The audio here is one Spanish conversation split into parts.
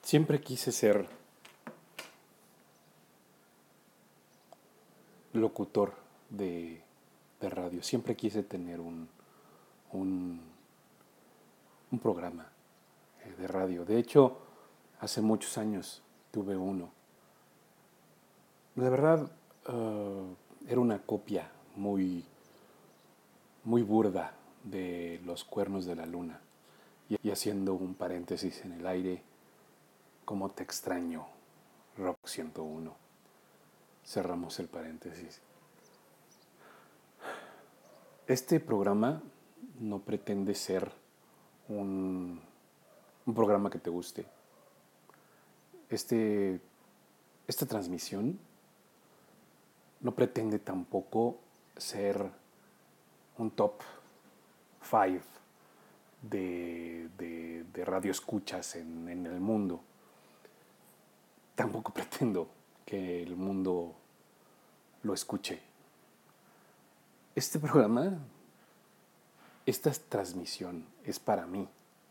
Siempre quise ser locutor de radio. Siempre quise tener un, un programa de radio. De hecho, hace muchos años tuve uno. La verdad, era una copia muy burda de Los Cuernos de la Luna. Y haciendo un paréntesis en el aire, ¿cómo te extraño, Rock 101? Cerramos el paréntesis. Este programa no pretende ser un programa que te guste. Esta transmisión no pretende tampoco ser un top 5 de radio escuchas en el mundo. Tampoco pretendo que el mundo lo escuche. Este programa, esta transmisión es para mí.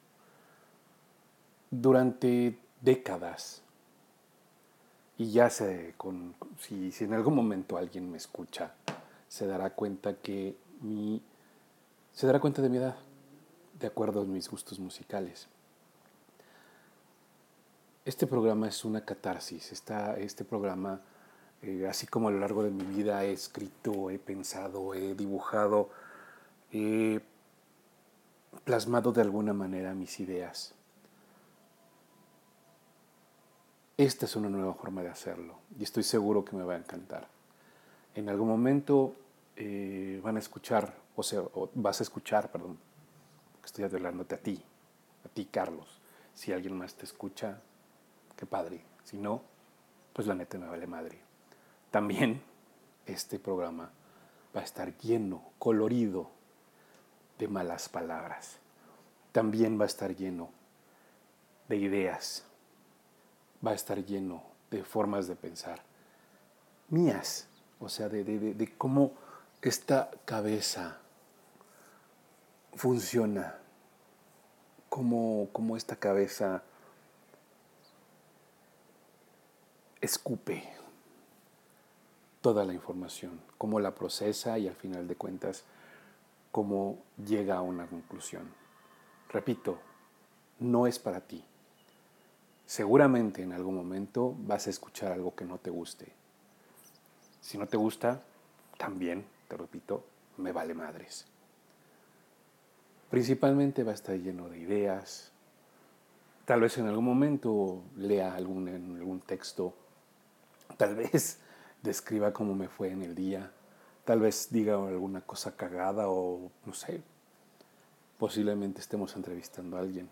Durante décadas, y ya sé, si en algún momento alguien me escucha, se dará cuenta de mi edad, de acuerdo a mis gustos musicales. Este programa es una catarsis. Este programa, así como a lo largo de mi vida he escrito, he pensado, he dibujado, he plasmado de alguna manera mis ideas. Esta es una nueva forma de hacerlo y estoy seguro que me va a encantar. En algún momento vas a escuchar, porque estoy hablándote a ti, Carlos. Si alguien más te escucha, qué padre. Si no, pues la neta me vale madre. También este programa va a estar lleno, colorido de malas palabras. También va a estar lleno de ideas. Va a estar lleno de formas de pensar mías, o sea, de cómo esta cabeza funciona, cómo esta cabeza escupe toda la información, cómo la procesa y al final de cuentas cómo llega a una conclusión. Repito, no es para ti. Seguramente en algún momento vas a escuchar algo que no te guste. Si no te gusta, también, te repito, me vale madres. Principalmente va a estar lleno de ideas. Tal vez en algún momento lea algún texto. Tal vez describa cómo me fue en el día. Tal vez diga alguna cosa cagada o no sé. Posiblemente estemos entrevistando a alguien.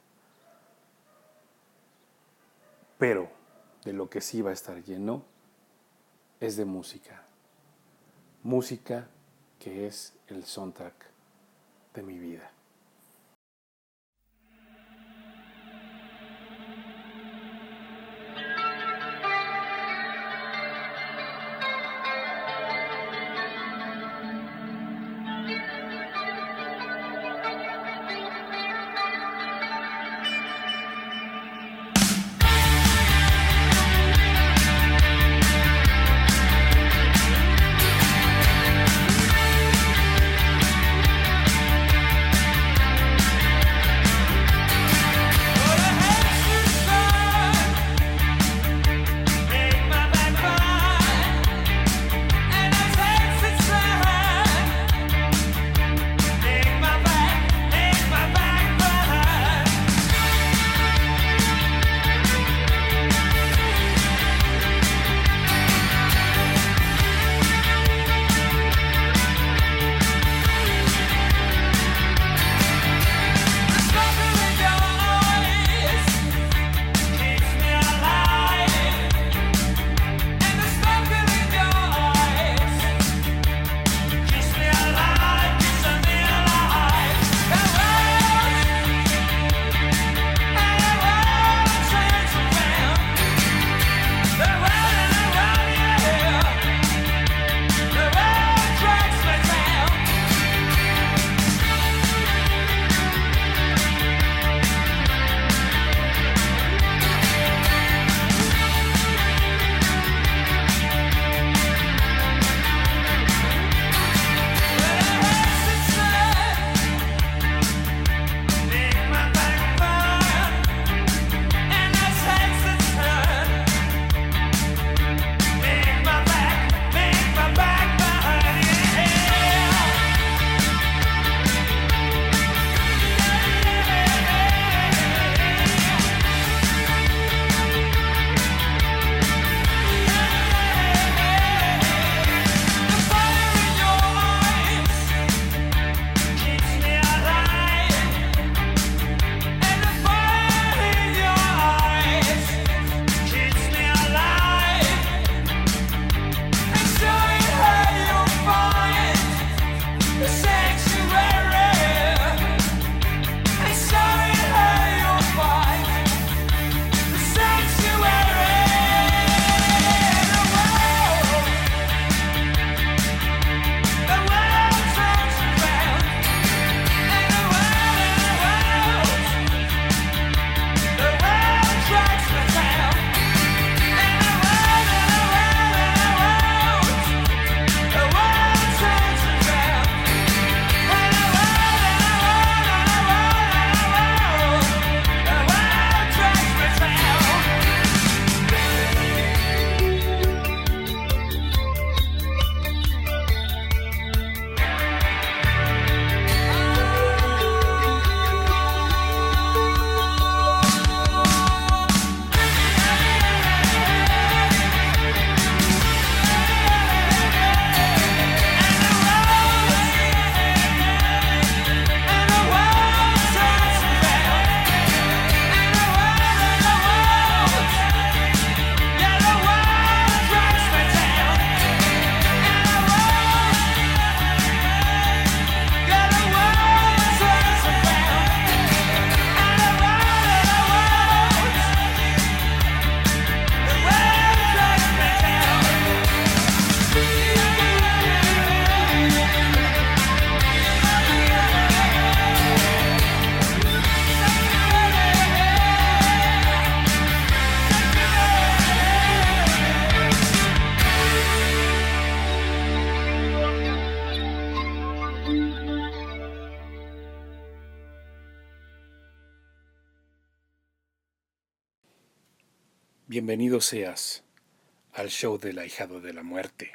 Pero de lo que sí va a estar lleno es de música. Música que es el soundtrack de mi vida. Bienvenido seas al show del ahijado de la muerte.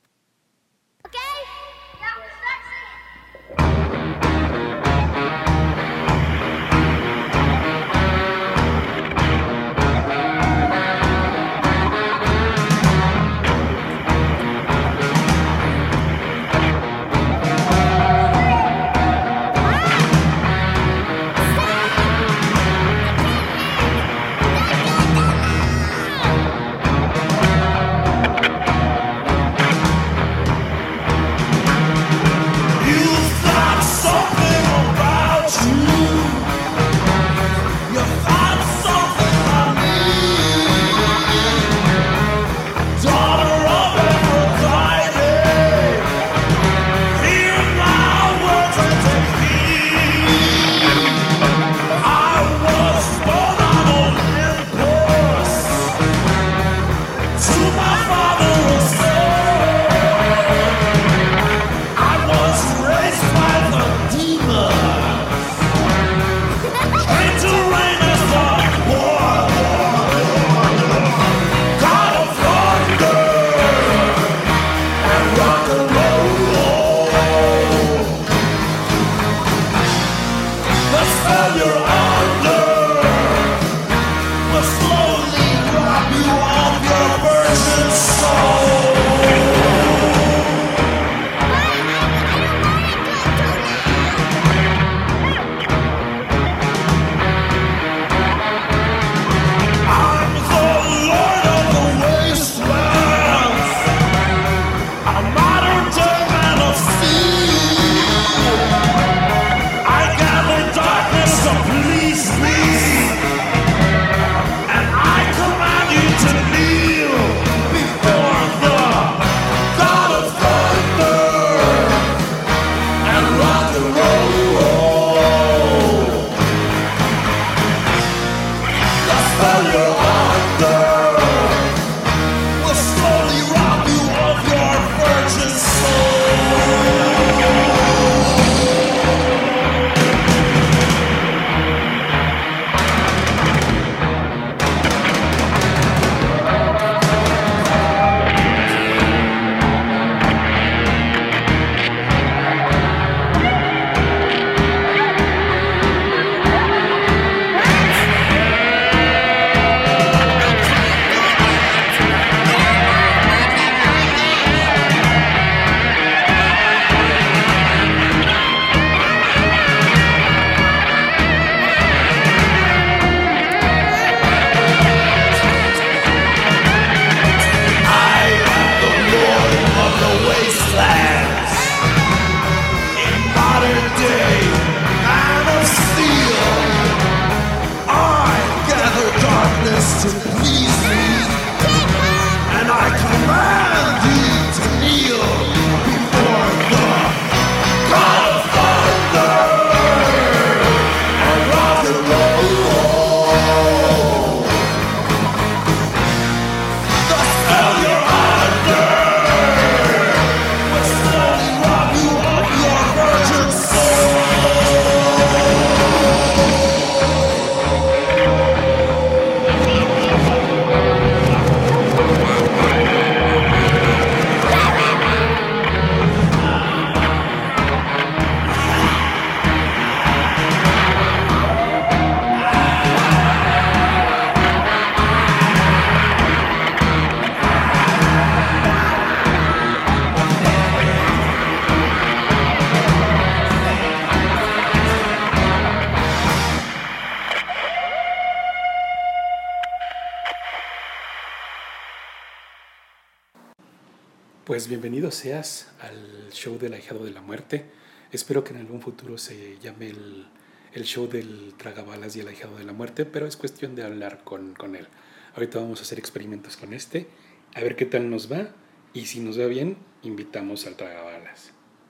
Pues bienvenido seas al show del ahijado de la muerte. Espero que en algún futuro se llame el show del tragabalas y el ahijado de la muerte, pero es cuestión de hablar con él. Ahorita vamos a hacer experimentos con a ver qué tal nos va, y si nos va bien, invitamos al tragabalas.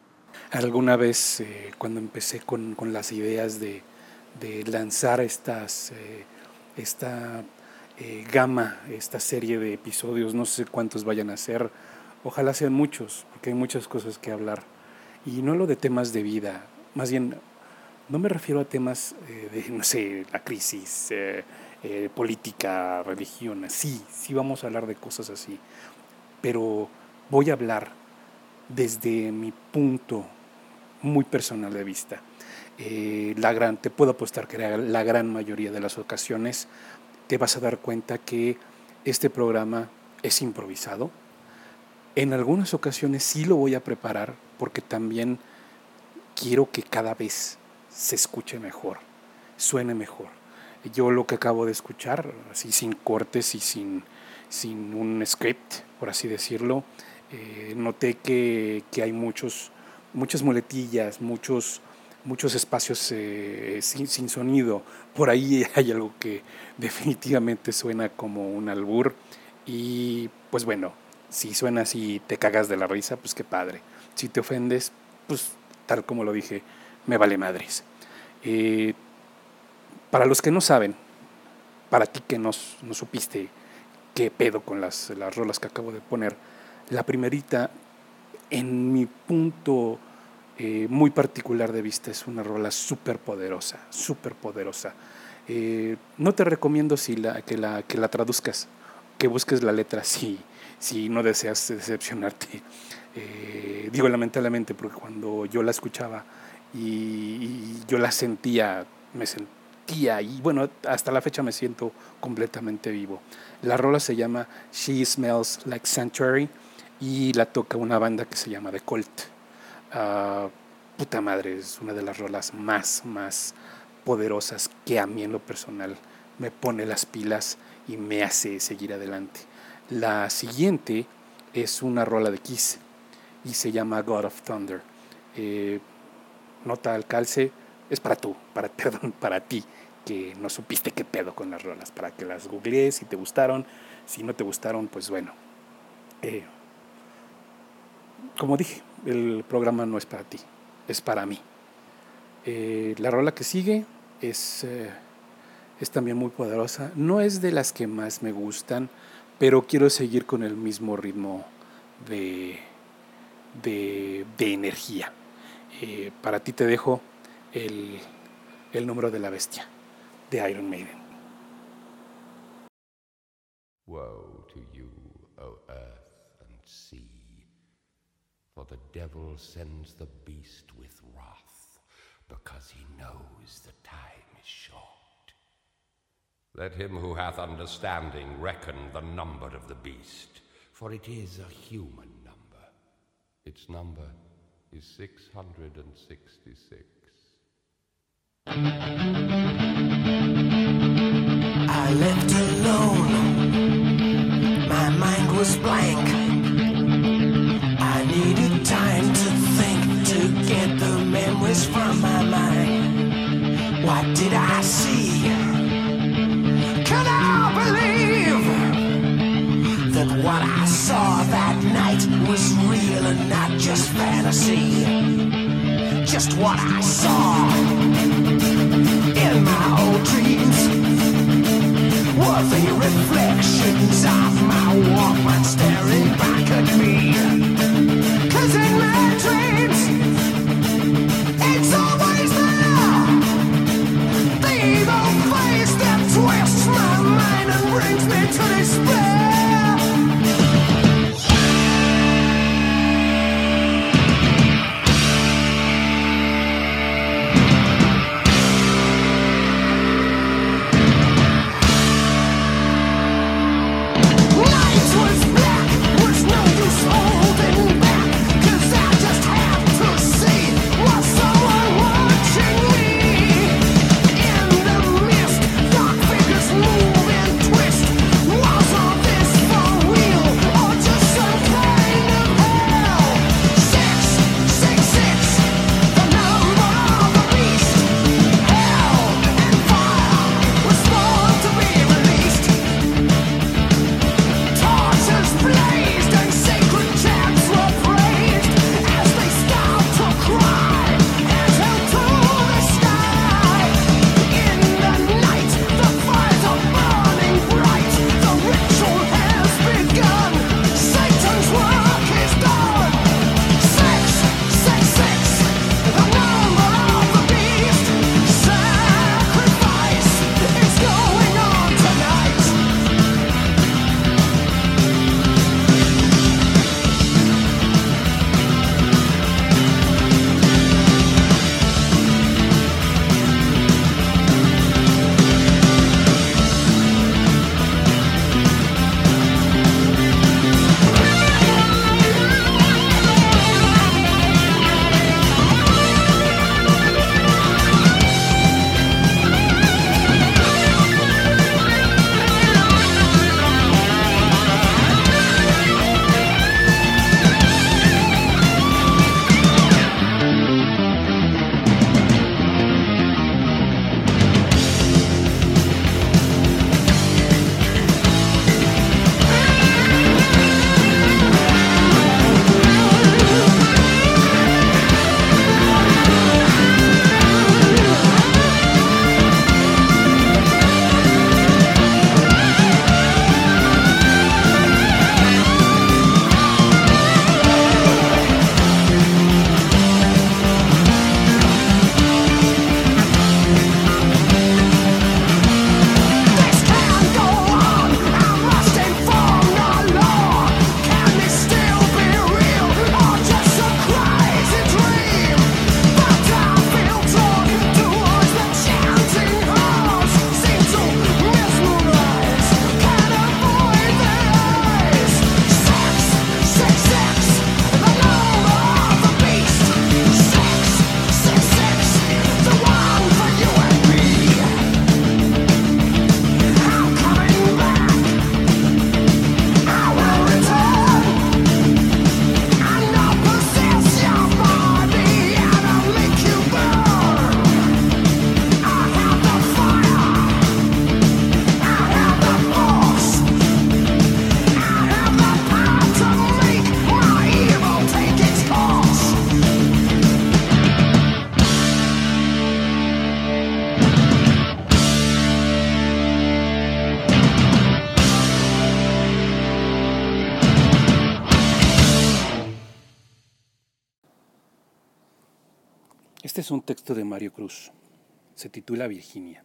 Alguna vez cuando empecé con las ideas de lanzar esta gama, esta serie de episodios, no sé cuántos vayan a ser, ojalá sean muchos, porque hay muchas cosas que hablar. Y no hablo de temas de vida, más bien no me refiero a temas de, no sé, la crisis, política, religión, sí vamos a hablar de cosas así, pero voy a hablar desde mi punto muy personal de vista. Te puedo apostar que la gran mayoría de las ocasiones te vas a dar cuenta que este programa es improvisado. En algunas ocasiones sí lo voy a preparar porque también quiero que cada vez se escuche mejor, suene mejor. Yo lo que acabo de escuchar, así sin cortes y sin un script, por así decirlo, noté que hay muchas muletillas, muchos espacios sin sonido. Por ahí hay algo que definitivamente suena como un albur y pues bueno, si suena así y te cagas de la risa, pues qué padre. Si te ofendes, pues tal como lo dije, me vale madres. Para los que no saben, para ti que no supiste qué pedo con las rolas que acabo de poner, la primerita, en mi punto muy particular de vista, es una rola súper poderosa. No te recomiendo que la traduzcas, que busques la letra si no deseas decepcionarte. Digo lamentablemente porque cuando yo la escuchaba y yo la sentía, me sentía, y bueno, hasta la fecha me siento completamente vivo. La rola se llama She Smells Like Sanctuary y la toca una banda que se llama The Cult. Puta madre, es una de las rolas más poderosas que a mí en lo personal me pone las pilas y me hace seguir adelante. La siguiente es una rola de Kiss y se llama God of Thunder. Nota al calce, es para ti que no supiste qué pedo con las rolas, para que las googlees si te gustaron, si no te gustaron, pues bueno. Como dije, el programa no es para ti, es para mí. La rola que sigue es también muy poderosa, no es de las que más me gustan, pero quiero seguir con el mismo ritmo de energía. Para ti te dejo el número de la bestia de Iron Maiden. Woe to you, O earth and sea, for the devil sends the beast with wrath, because he knows the time is short. Let him who hath understanding reckon the number of the beast, for it is a human number. Its number is 666. I left alone, my mind was blank. I needed time to think, to get the memories from my mind. What did I see? Can I believe that what I saw that night was real and not just fantasy? Just what I saw in my old dreams were the reflections of my Walkman staring back at me. 'Cause in my dreams, it's always there, the evil face that twists my mind and brings me to despair. Night was Este es un texto de Mario Cruz. Se titula Virginia.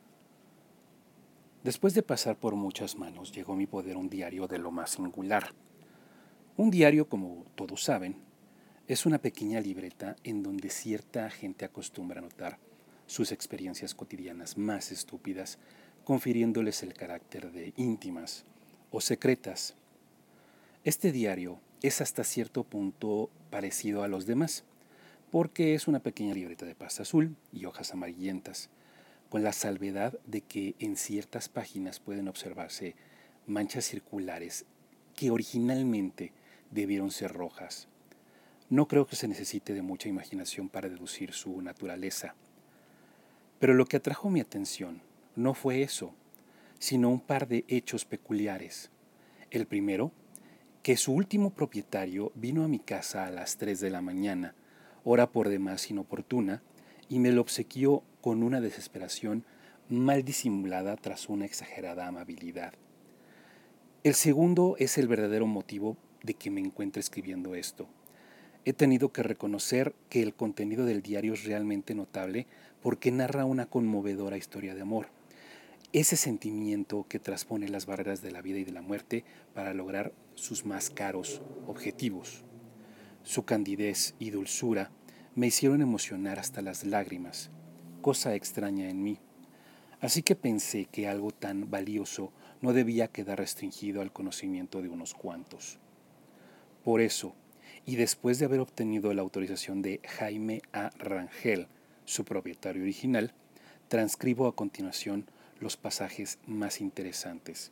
Después de pasar por muchas manos, llegó a mi poder un diario de lo más singular. Un diario, como todos saben, es una pequeña libreta en donde cierta gente acostumbra anotar sus experiencias cotidianas más estúpidas, confiriéndoles el carácter de íntimas o secretas. Este diario es hasta cierto punto parecido a los demás, porque es una pequeña libreta de pasta azul y hojas amarillentas, con la salvedad de que en ciertas páginas pueden observarse manchas circulares que originalmente debieron ser rojas. No creo que se necesite de mucha imaginación para deducir su naturaleza. Pero lo que atrajo mi atención no fue eso, sino un par de hechos peculiares. El primero, que su último propietario vino a mi casa a las 3 de la mañana, hora por demás inoportuna, y me lo obsequió con una desesperación mal disimulada tras una exagerada amabilidad. El segundo es el verdadero motivo de que me encuentre escribiendo esto. He tenido que reconocer que el contenido del diario es realmente notable porque narra una conmovedora historia de amor. Ese sentimiento que traspone las barreras de la vida y de la muerte para lograr sus más caros objetivos. Su candidez y dulzura me hicieron emocionar hasta las lágrimas, cosa extraña en mí. Así que pensé que algo tan valioso no debía quedar restringido al conocimiento de unos cuantos. Por eso, y después de haber obtenido la autorización de Jaime A. Rangel, su propietario original, transcribo a continuación los pasajes más interesantes.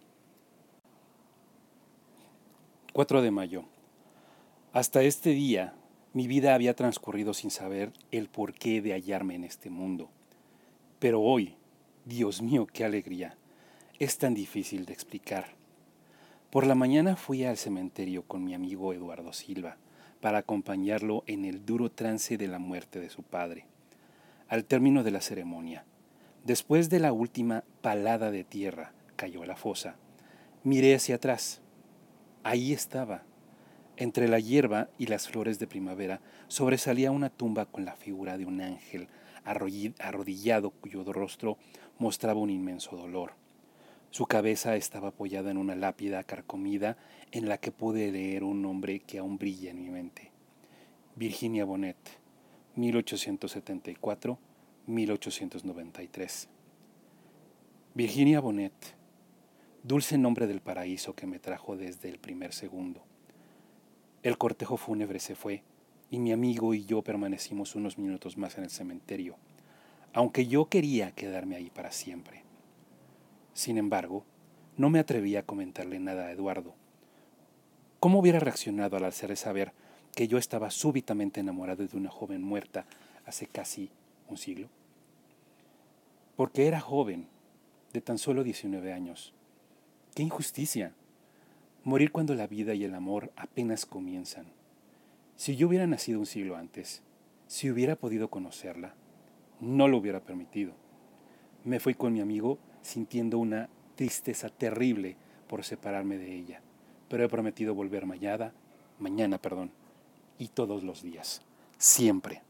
4 de mayo. Hasta este día, mi vida había transcurrido sin saber el porqué de hallarme en este mundo. Pero hoy, Dios mío, qué alegría, es tan difícil de explicar. Por la mañana fui al cementerio con mi amigo Eduardo Silva para acompañarlo en el duro trance de la muerte de su padre. Al término de la ceremonia, después de la última palada de tierra, cayó a la fosa. Miré hacia atrás. Ahí estaba. Entre la hierba y las flores de primavera sobresalía una tumba con la figura de un ángel arrodillado cuyo rostro mostraba un inmenso dolor. Su cabeza estaba apoyada en una lápida carcomida en la que pude leer un nombre que aún brilla en mi mente. Virginia Bonet, 1874-1893. Virginia Bonet, dulce nombre del paraíso que me trajo desde el primer segundo. El cortejo fúnebre se fue y mi amigo y yo permanecimos unos minutos más en el cementerio, aunque yo quería quedarme ahí para siempre. Sin embargo, no me atreví a comentarle nada a Eduardo. ¿Cómo hubiera reaccionado al hacerle saber que yo estaba súbitamente enamorado de una joven muerta hace casi un siglo? Porque era joven, de tan solo 19 años. ¡Qué injusticia! Morir cuando la vida y el amor apenas comienzan. Si yo hubiera nacido un siglo antes, si hubiera podido conocerla, no lo hubiera permitido. Me fui con mi amigo sintiendo una tristeza terrible por separarme de ella, pero he prometido volver mañana, y todos los días, siempre.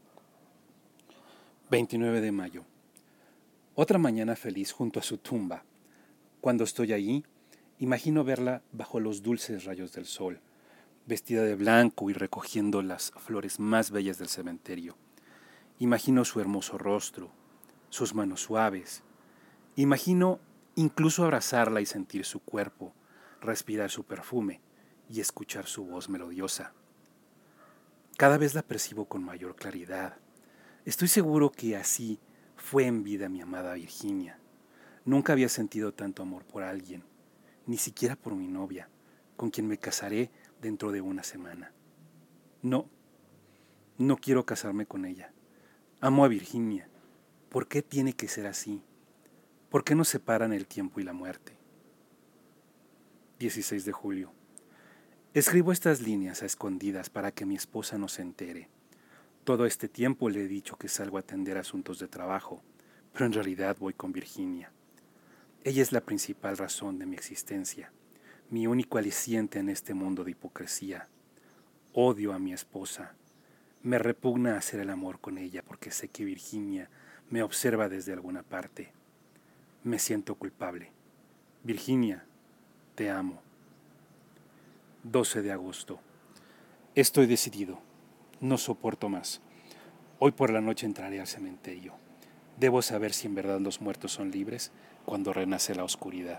29 de mayo. Otra mañana feliz junto a su tumba. Cuando estoy allí, imagino verla bajo los dulces rayos del sol, vestida de blanco y recogiendo las flores más bellas del cementerio. Imagino su hermoso rostro, sus manos suaves. Imagino incluso abrazarla y sentir su cuerpo, respirar su perfume y escuchar su voz melodiosa. Cada vez la percibo con mayor claridad. Estoy seguro que así fue en vida mi amada Virginia. Nunca había sentido tanto amor por alguien, ni siquiera por mi novia, con quien me casaré dentro de una semana. No quiero casarme con ella. Amo a Virginia. ¿Por qué tiene que ser así? ¿Por qué nos separan el tiempo y la muerte? 16 de julio. Escribo estas líneas a escondidas para que mi esposa no se entere. Todo este tiempo le he dicho que salgo a atender asuntos de trabajo, pero en realidad voy con Virginia. Ella es la principal razón de mi existencia, mi único aliciente en este mundo de hipocresía. Odio a mi esposa. Me repugna hacer el amor con ella porque sé que Virginia me observa desde alguna parte. Me siento culpable. Virginia, te amo. 12 de agosto. Estoy decidido. No soporto más. Hoy por la noche entraré al cementerio. Debo saber si en verdad los muertos son libres cuando renace la oscuridad.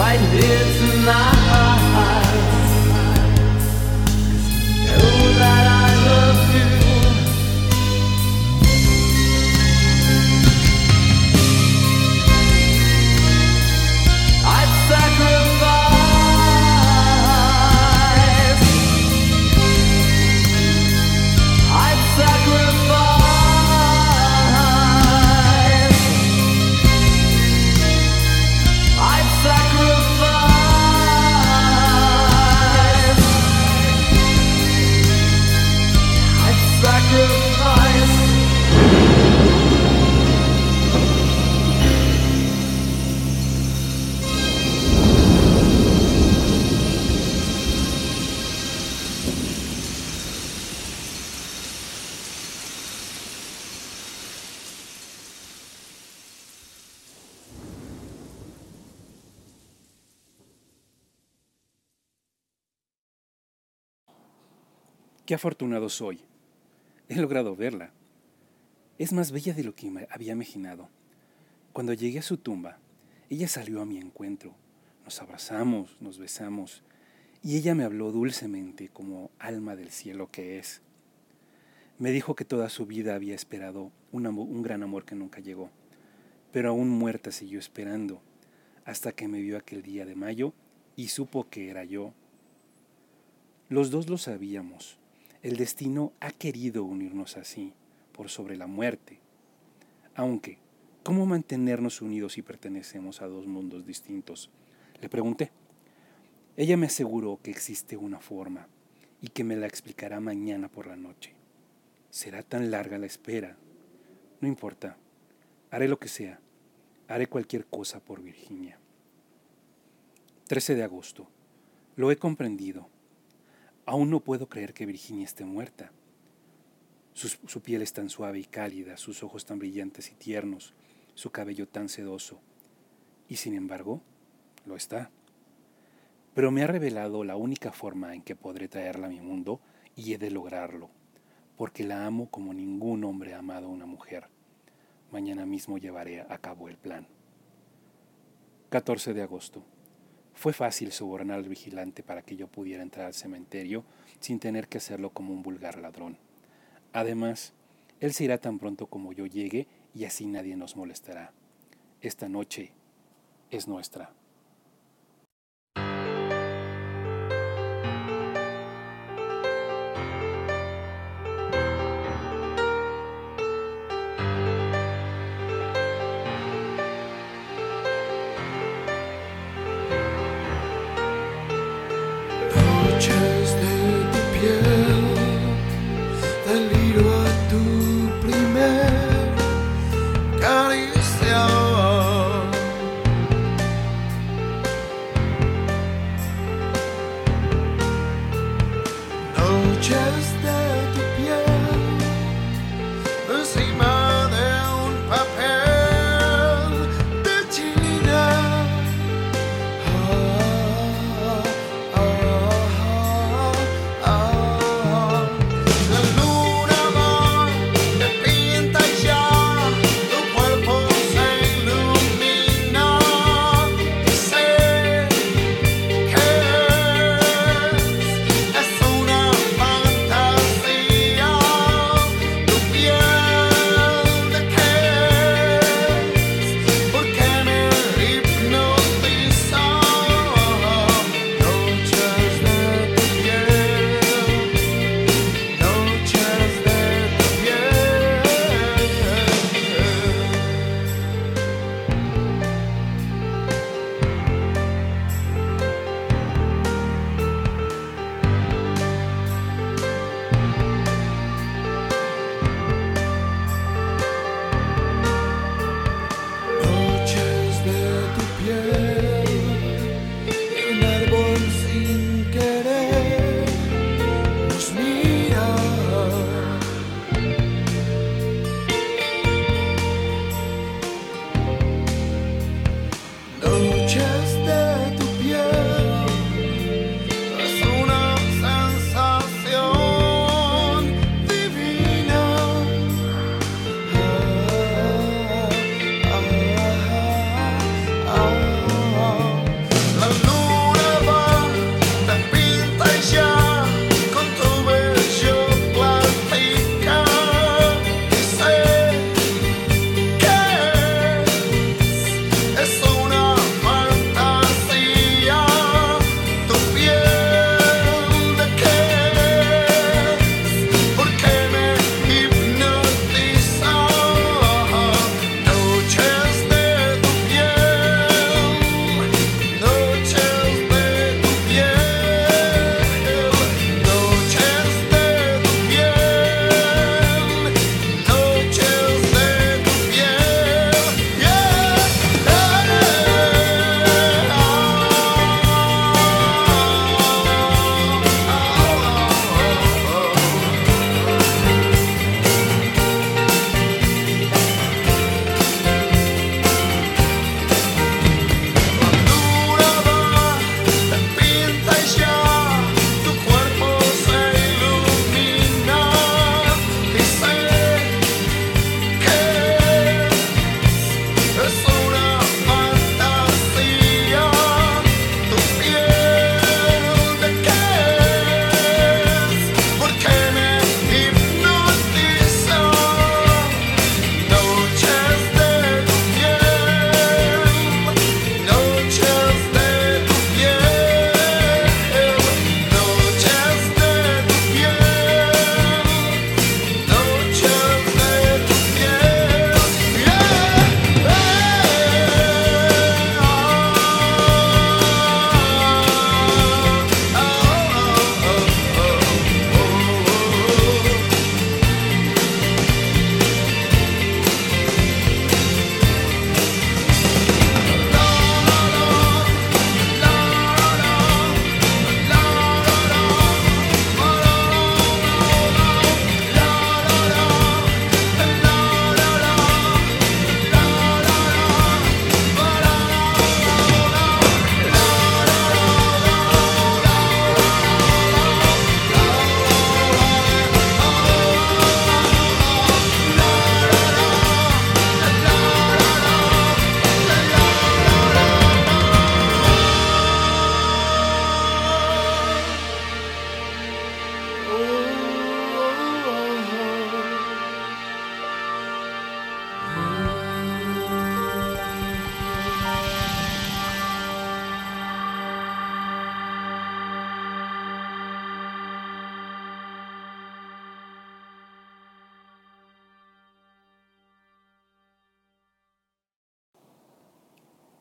right here tonight. Know that I love you. I'd sacrifice. I'd sacrifice. I'd sacrifice. I'd sacrifice. Qué afortunado soy. He logrado verla. Es más bella de lo que había imaginado. Cuando llegué a su tumba, ella salió a mi encuentro. Nos abrazamos, nos besamos, y ella me habló dulcemente como alma del cielo que es. Me dijo que toda su vida había esperado un gran amor que nunca llegó, pero aún muerta siguió esperando, hasta que me vio aquel día de mayo y supo que era yo. Los dos lo sabíamos. El destino ha querido unirnos así, por sobre la muerte. Aunque, ¿cómo mantenernos unidos si pertenecemos a dos mundos distintos? Le pregunté. Ella me aseguró que existe una forma y que me la explicará mañana por la noche. ¿Será tan larga la espera? No importa. Haré lo que sea. Haré cualquier cosa por Virginia. 13 de agosto. Lo he comprendido. Aún no puedo creer que Virginia esté muerta. Su piel es tan suave y cálida, sus ojos tan brillantes y tiernos, su cabello tan sedoso. Y sin embargo, lo está. Pero me ha revelado la única forma en que podré traerla a mi mundo y he de lograrlo, porque la amo como ningún hombre ha amado a una mujer. Mañana mismo llevaré a cabo el plan. 14 de agosto. Fue fácil sobornar al vigilante para que yo pudiera entrar al cementerio sin tener que hacerlo como un vulgar ladrón. Además, él se irá tan pronto como yo llegue y así nadie nos molestará. Esta noche es nuestra. Noches de tu piel, deliro a tu primer caricia. Noches de tu piel, encima de un papel de China. Ah, ah, ah, ah.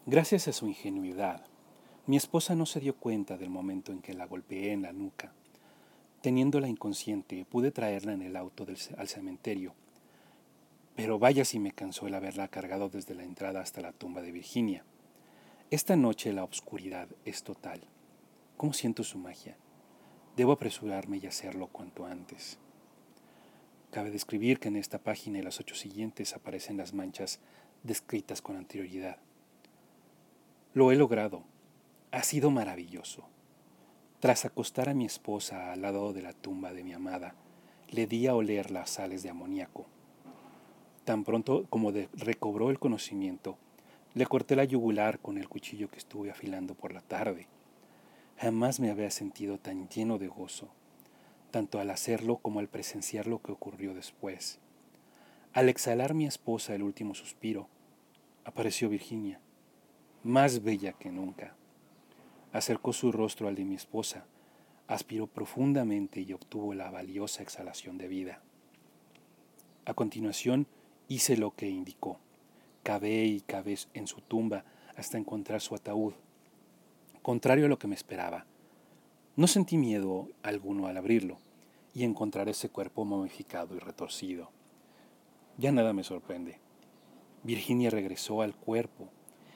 Gracias a su ingenuidad, mi esposa no se dio cuenta del momento en que la golpeé en la nuca. Teniéndola inconsciente, pude traerla en el auto al cementerio. Pero vaya si me cansó el haberla cargado desde la entrada hasta la tumba de Virginia. Esta noche la oscuridad es total. ¿Cómo siento su magia? Debo apresurarme y hacerlo cuanto antes. Cabe describir que en esta página y las 8 siguientes aparecen las manchas descritas con anterioridad. Lo he logrado. Ha sido maravilloso. Tras acostar a mi esposa al lado de la tumba de mi amada, le di a oler las sales de amoníaco. Tan pronto como recobró el conocimiento, le corté la yugular con el cuchillo que estuve afilando por la tarde. Jamás me había sentido tan lleno de gozo, tanto al hacerlo como al presenciar lo que ocurrió después. Al exhalar mi esposa el último suspiro, apareció Virginia, más bella que nunca. Acercó su rostro al de mi esposa, aspiró profundamente y obtuvo la valiosa exhalación de vida. A continuación, hice lo que indicó. Cavé y cavé en su tumba hasta encontrar su ataúd. Contrario a lo que me esperaba, no sentí miedo alguno al abrirlo y encontrar ese cuerpo momificado y retorcido. Ya nada me sorprende. Virginia regresó al cuerpo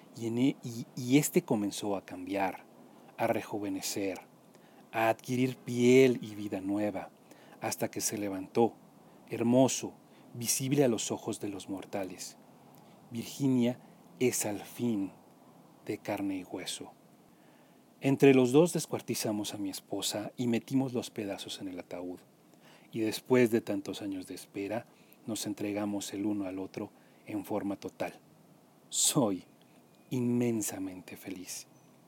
y este comenzó a cambiar, a rejuvenecer, a adquirir piel y vida nueva, hasta que se levantó, hermoso, visible a los ojos de los mortales. Virginia es al fin de carne y hueso. Entre los dos descuartizamos a mi esposa y metimos los pedazos en el ataúd. Y después de tantos años de espera, nos entregamos el uno al otro en forma total. Soy inmensamente feliz.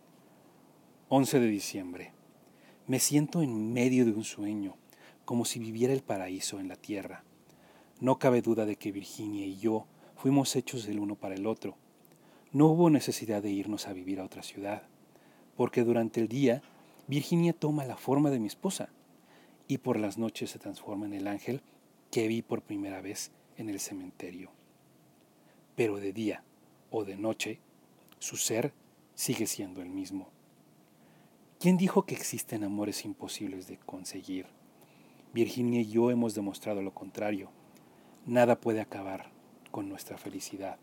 11 de diciembre. Me siento en medio de un sueño, como si viviera el paraíso en la tierra. No cabe duda de que Virginia y yo fuimos hechos el uno para el otro. No hubo necesidad de irnos a vivir a otra ciudad, porque durante el día Virginia toma la forma de mi esposa y por las noches se transforma en el ángel que vi por primera vez en el cementerio. Pero de día o de noche, su ser sigue siendo el mismo. ¿Quién dijo que existen amores imposibles de conseguir? Virginia y yo hemos demostrado lo contrario. Nada puede acabar con nuestra felicidad.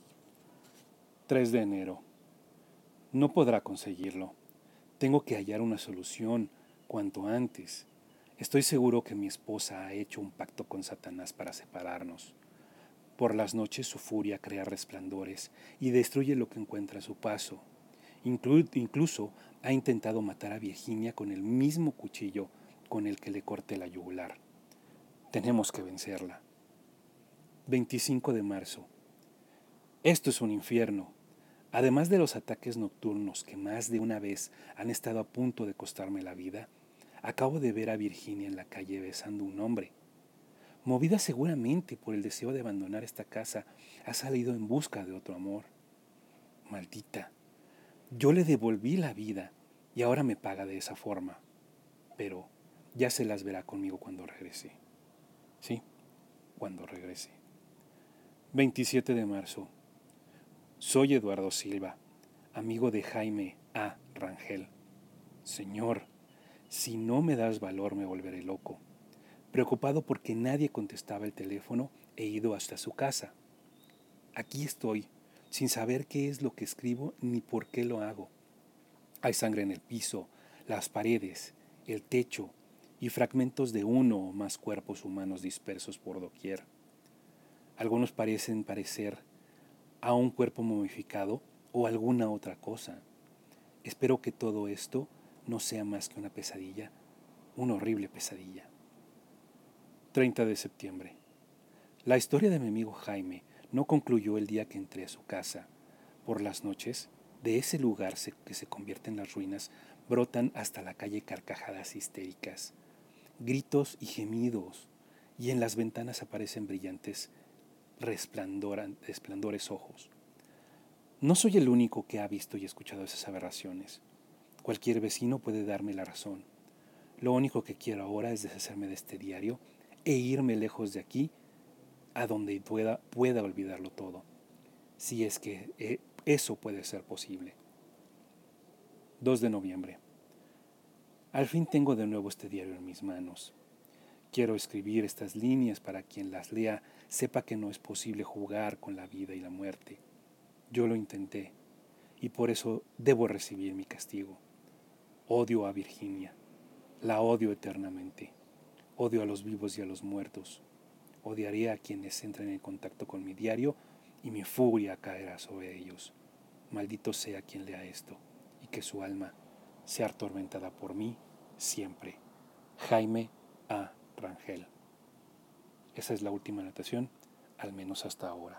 3 de enero. No podrá conseguirlo. Tengo que hallar una solución cuanto antes. Estoy seguro que mi esposa ha hecho un pacto con Satanás para separarnos. Por las noches su furia crea resplandores y destruye lo que encuentra a su paso. Incluso ha intentado matar a Virginia con el mismo cuchillo con el que le corté la yugular. Tenemos que vencerla. 25 de marzo. Esto es un infierno. Además de los ataques nocturnos que más de una vez han estado a punto de costarme la vida, acabo de ver a Virginia en la calle besando a un hombre. Movida seguramente por el deseo de abandonar esta casa, ha salido en busca de otro amor. Maldita. Yo le devolví la vida y ahora me paga de esa forma. Pero ya se las verá conmigo cuando regrese. Sí, cuando regrese. 27 de marzo. Soy Eduardo Silva, amigo de Jaime A. Rangel. Señor, si no me das valor me volveré loco. Preocupado porque nadie contestaba el teléfono, he ido hasta su casa. Aquí estoy, sin saber qué es lo que escribo ni por qué lo hago. Hay sangre en el piso, las paredes, el techo y fragmentos de uno o más cuerpos humanos dispersos por doquier. Algunos parecen parecer a un cuerpo momificado o alguna otra cosa. Espero que todo esto no sea más que una pesadilla, una horrible pesadilla. 30 de septiembre. La historia de mi amigo Jaime no concluyó el día que entré a su casa. Por las noches, de ese lugar que se convierte en las ruinas, brotan hasta la calle carcajadas histéricas, gritos y gemidos, y en las ventanas aparecen brillantes resplandores ojos. No soy el único que ha visto y escuchado esas aberraciones. Cualquier vecino puede darme la razón. Lo único que quiero ahora es deshacerme de este diario e irme lejos de aquí, a donde pueda olvidarlo todo. Si es que eso puede ser posible. 2 de noviembre. Al fin tengo de nuevo este diario en mis manos. Quiero escribir estas líneas para quien las lea sepa que no es posible jugar con la vida y la muerte. Yo lo intenté y por eso debo recibir mi castigo. Odio a Virginia, la odio eternamente. Odio a los vivos y a los muertos. Odiaré a quienes entren en contacto con mi diario y mi furia caerá sobre ellos. Maldito sea quien lea esto y que su alma sea atormentada por mí siempre. Jaime A. Rangel. Esa es la última anotación, al menos hasta ahora.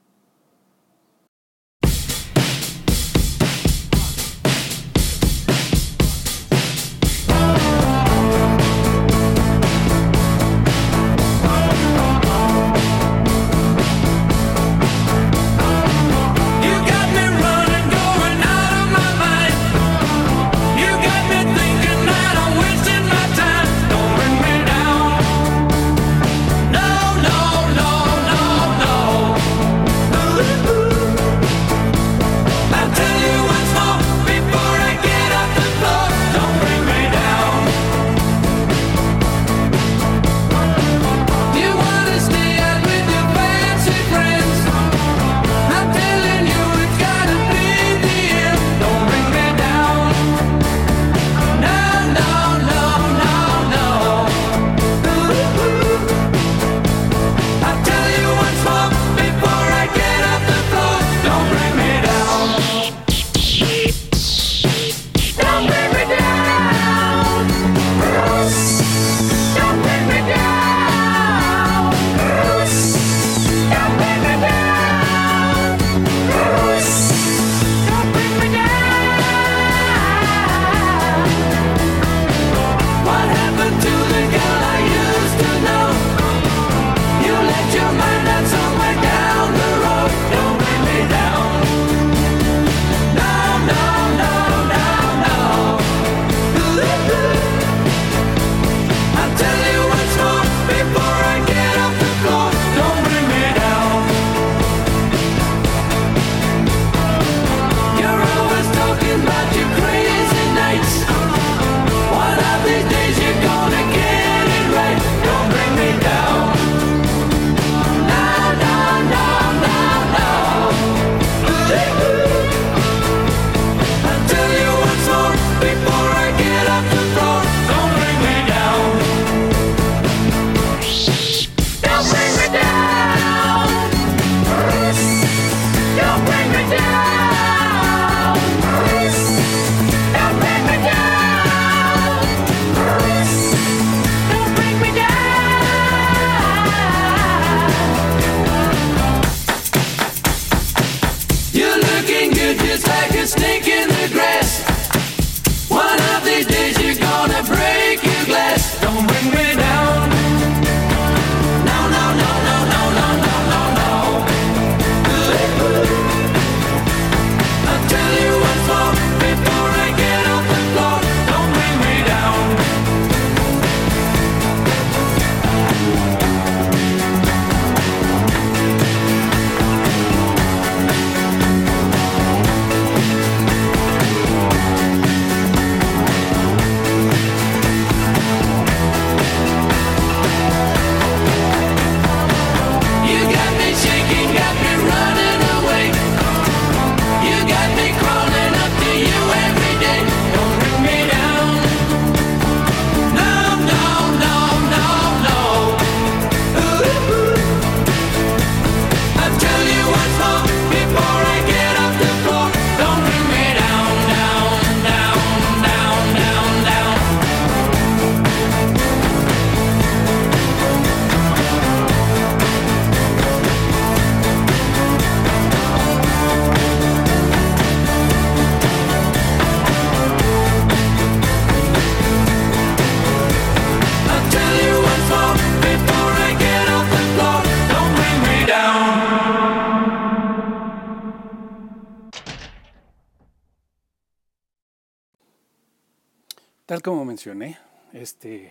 Tal como mencioné, este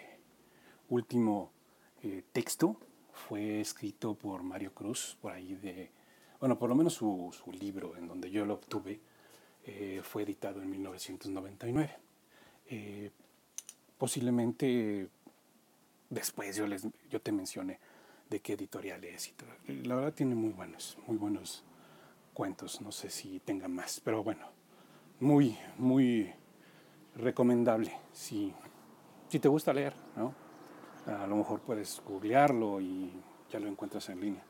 último texto fue escrito por Mario Cruz, por ahí de Bueno, por lo menos su libro, en donde yo lo obtuve, fue editado en 1999. Posiblemente después yo te mencioné de qué editorial es y todo. La verdad tiene muy buenos cuentos, no sé si tenga más, pero bueno, muy, muy recomendable si te gusta leer, ¿no? A lo mejor puedes googlearlo y ya lo encuentras en línea.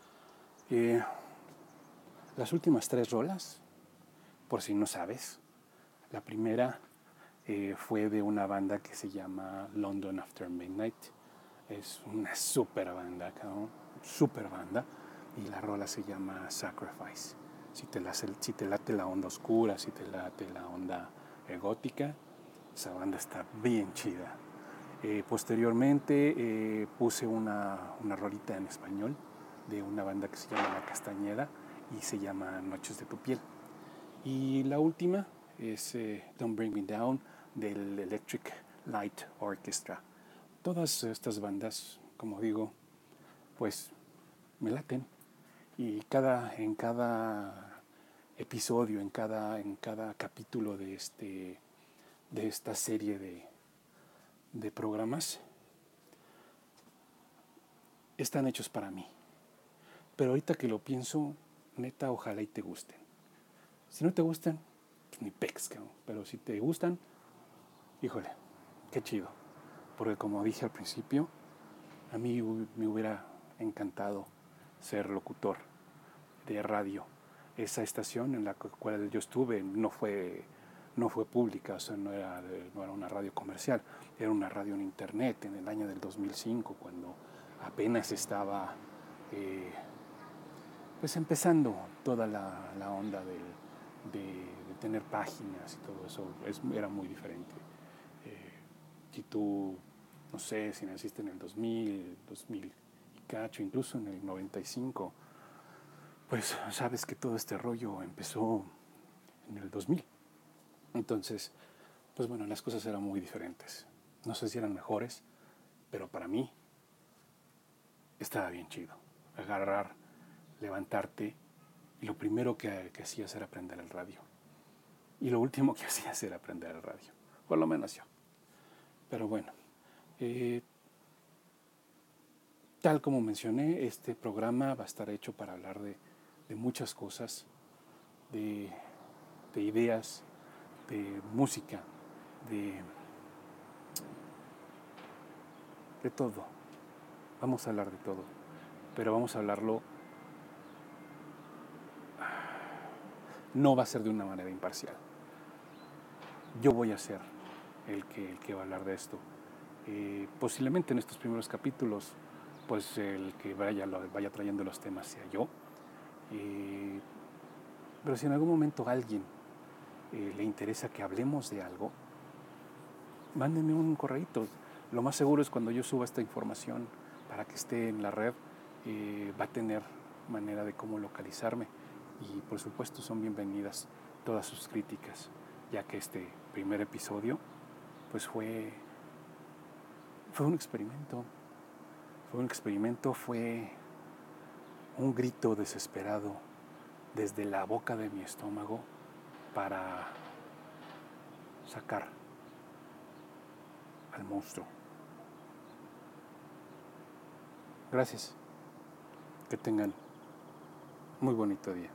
Las últimas 3 rolas, por si no sabes, la primera fue de una banda que se llama London After Midnight. Es una super banda, cabrón, super banda, y la rola se llama Sacrifice. Si te late la onda oscura, si te late la onda gótica, esa banda está bien chida. Posteriormente puse una rolita en español de una banda que se llama La Castañeda y se llama Noches de tu piel. Y la última es Don't Bring Me Down del Electric Light Orchestra. Todas estas bandas, como digo, pues me laten. Y en cada episodio, en cada capítulo de esta serie de programas, están hechos para mí. Pero ahorita que lo pienso, neta, ojalá y te gusten. Si no te gustan, pues ni pex, cabrón. Pero si te gustan, híjole, qué chido. Porque como dije al principio, a mí me hubiera encantado ser locutor de radio. Esa estación en la cual yo estuve no fue pública, o sea, no era una radio comercial, era una radio en internet en el año del 2005, cuando apenas estaba pues empezando toda la onda de tener páginas y todo eso. Era muy diferente. Si tú, no sé, si naciste en el 2000 y cacho, incluso en el 95, pues sabes que todo este rollo empezó en el 2000. Entonces, pues bueno, las cosas eran muy diferentes. No sé si eran mejores, pero para mí estaba bien chido. Agarrar, levantarte, y lo primero que hacías era aprender el radio. Y lo último que hacías era aprender el radio. Por lo menos yo. Pero bueno, tal como mencioné, este programa va a estar hecho para hablar de muchas cosas, de ideas, de música, de todo. Vamos a hablar de todo, pero vamos a hablarlo, no va a ser de una manera imparcial. Yo voy a ser el que va a hablar de esto. Posiblemente en estos primeros capítulos, pues el que vaya trayendo los temas sea yo. Pero si en algún momento a alguien le interesa que hablemos de algo, mándenme un correíto. Lo más seguro es cuando yo suba esta información para que esté en la red, va a tener manera de cómo localizarme. Y por supuesto son bienvenidas todas sus críticas, ya que este primer episodio pues fue un experimento. Fue un grito desesperado desde la boca de mi estómago para sacar al monstruo. Gracias. Que tengan muy bonito día.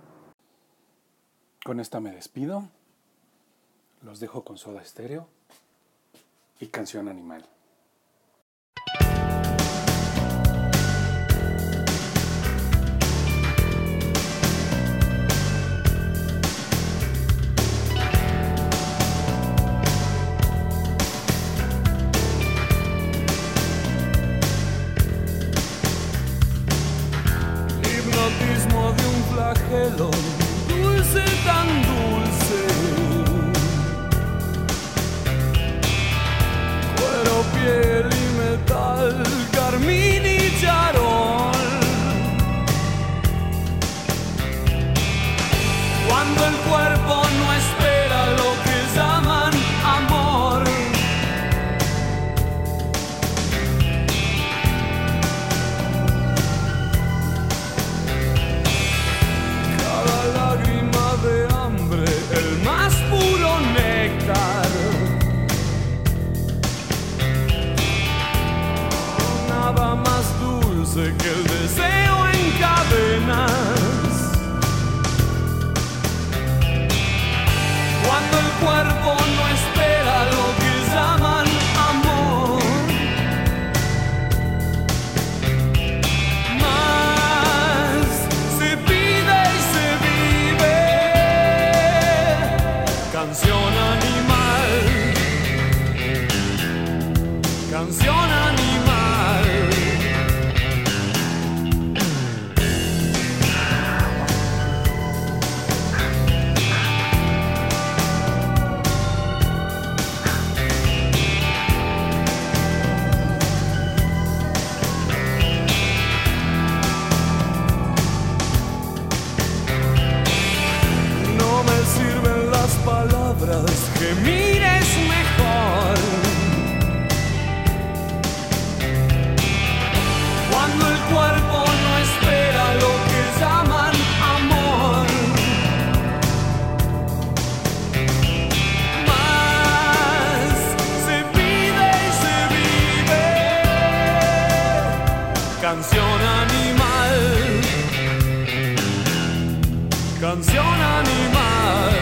Con esta me despido. Los dejo con Soda Stereo y Canción Animal. Hipnotismo de un flagelo, dulce tan dulce. Cuero animal, canción animal. No me sirven las palabras, que mires mejor. Cuando el cuerpo no espera lo que llaman amor. Más se pide y se vive. Canción animal. Canción animal.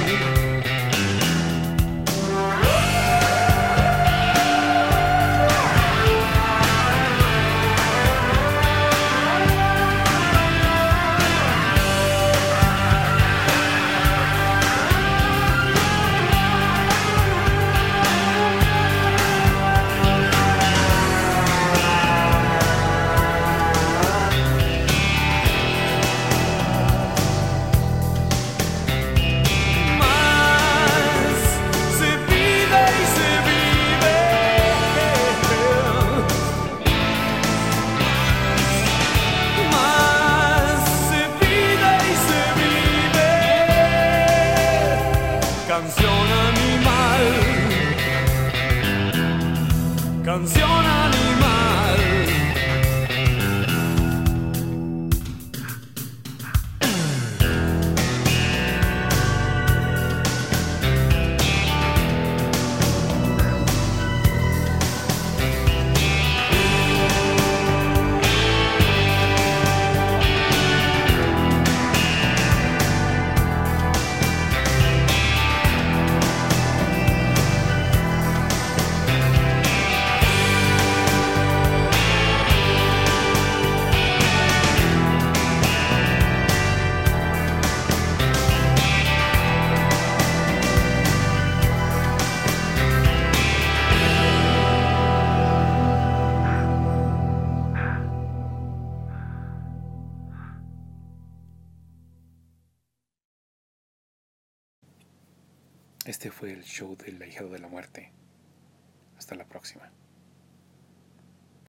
Más se pide y se vive. Más se pide y se vive. Canción animal. Canción animal. Este fue el show del ahijado de la muerte. Hasta la próxima.